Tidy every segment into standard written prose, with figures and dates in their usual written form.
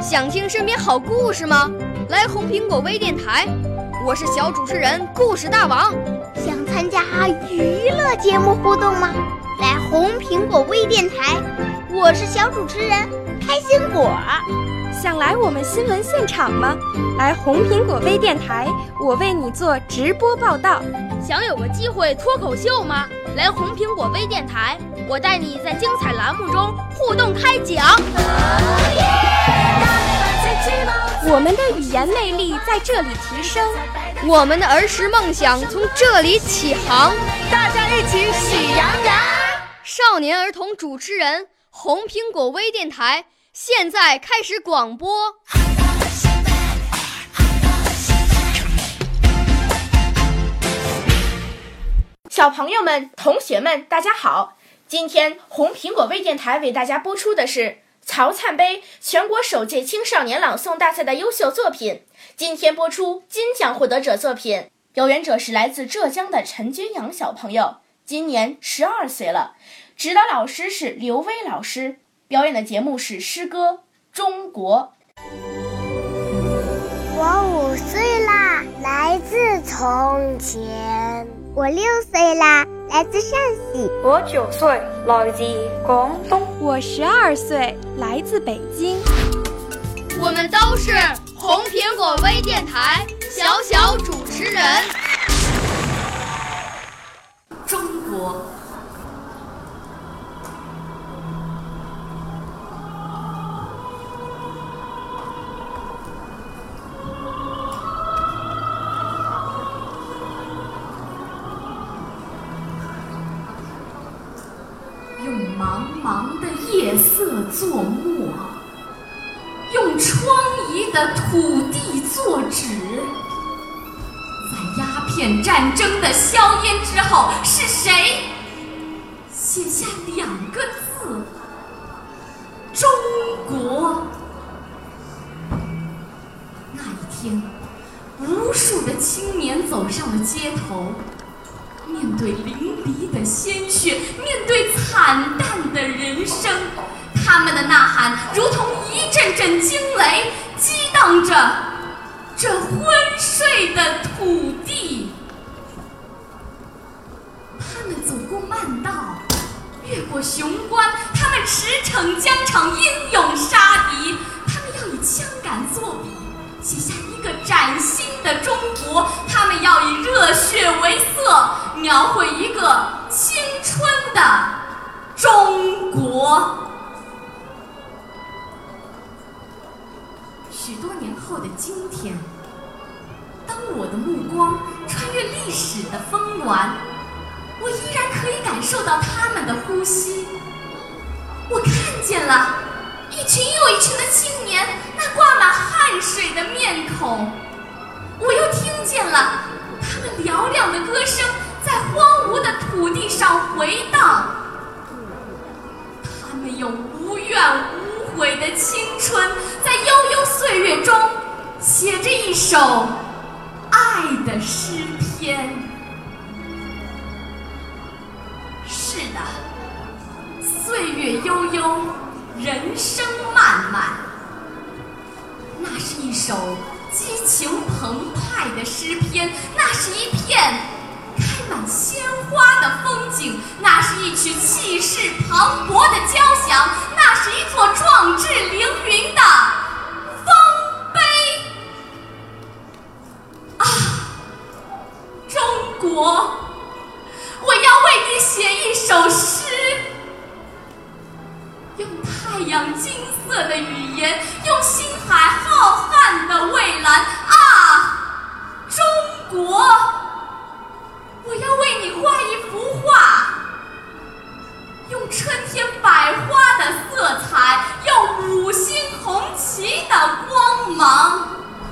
想听身边好故事吗？来红苹果微电台，我是小主持人故事大王。 想参加娱乐节目互动吗？来红苹果微电台，我是小主持人开心果。 想来我们新闻现场吗？来红苹果微电台，我为你做直播报道。 想有个机会脱口秀吗？来红苹果微电台，我带你在精彩栏目中互动开讲。 我们的语言魅力在这里提升， 我们的儿时梦想从这里起航。 大家一起喜羊羊。 少年儿童主持人，红苹果微电台现在开始广播。 小朋友们、同学们，大家好！今天红苹果微电台为大家播出的是曹灿杯全国首届青少年朗诵大赛的优秀作品。今天播出金奖获得者作品，表演者是来自浙江的陈君阳小朋友，今年12岁了，指导老师是刘威老师，表演的节目是诗歌《中国》。 我5岁啦，来自从前。我6岁啦，来自陕西。 我9岁，来自广东。 我12岁，来自北京。 我们都是红苹果微电台小主持人。 中国。用茫茫的夜色作墨，用疮痍的土地作纸，在鸦片战争的硝烟之后，是谁写下2个字：中国？那一天，无数的青年走上了街头，面对淋漓的鲜血，面对惨淡的人生，他们的呐喊如同一阵阵惊雷，激荡着这昏睡的土地。他们走过慢道，越过雄关，他们驰骋疆场，英勇杀敌。他们要以枪杆作笔，写下一个崭新的中国。他们要以热血为色，描绘一个青春的中国。许多年后的今天，当我的目光穿越历史的峰峦，我依然可以感受到他们的呼吸。我看见了一群又一群的青年，那挂满汗水的面孔。我又听见了他们嘹亮的歌声在荒芜的土地上回荡。他们用无怨无悔的青春，在悠悠岁月中写着一首爱的诗篇。是的，岁月悠悠，人生漫漫，那是一首激情澎湃的诗篇，那是一片开满鲜花的风景，那是一曲气势磅礴的交响，那是一座壮志凌云的丰碑。啊，中国，我要为你写一首诗，用太阳金色的语言，用星海浩瀚的蔚蓝。啊，中国，我要为你画一幅画，用春天百花的色彩，用5星红旗的光芒。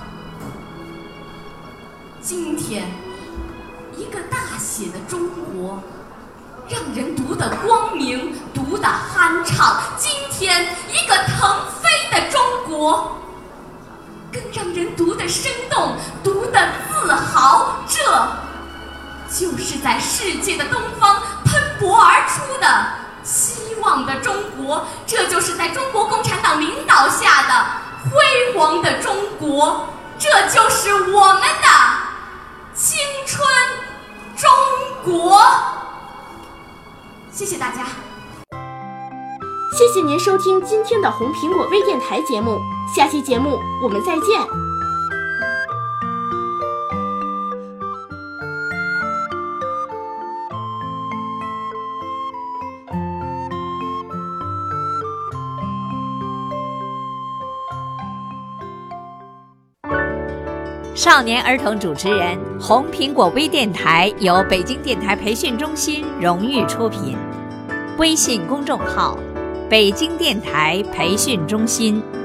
今天，一个大写的中国，让人读得光明，读得酣畅。今天，一个腾飞的中国，更让人读得生动，读得自豪。这就是在世界的东方喷薄而出的希望的中国，这就是在中国共产党领导下的辉国，这就是我们的青春中国。谢谢大家。 谢谢您收听今天的红苹果微电台节目，下期节目我们再见。 少年儿童主持人，红苹果微电台由北京电台培训中心荣誉出品，微信公众号：北京电台培训中心。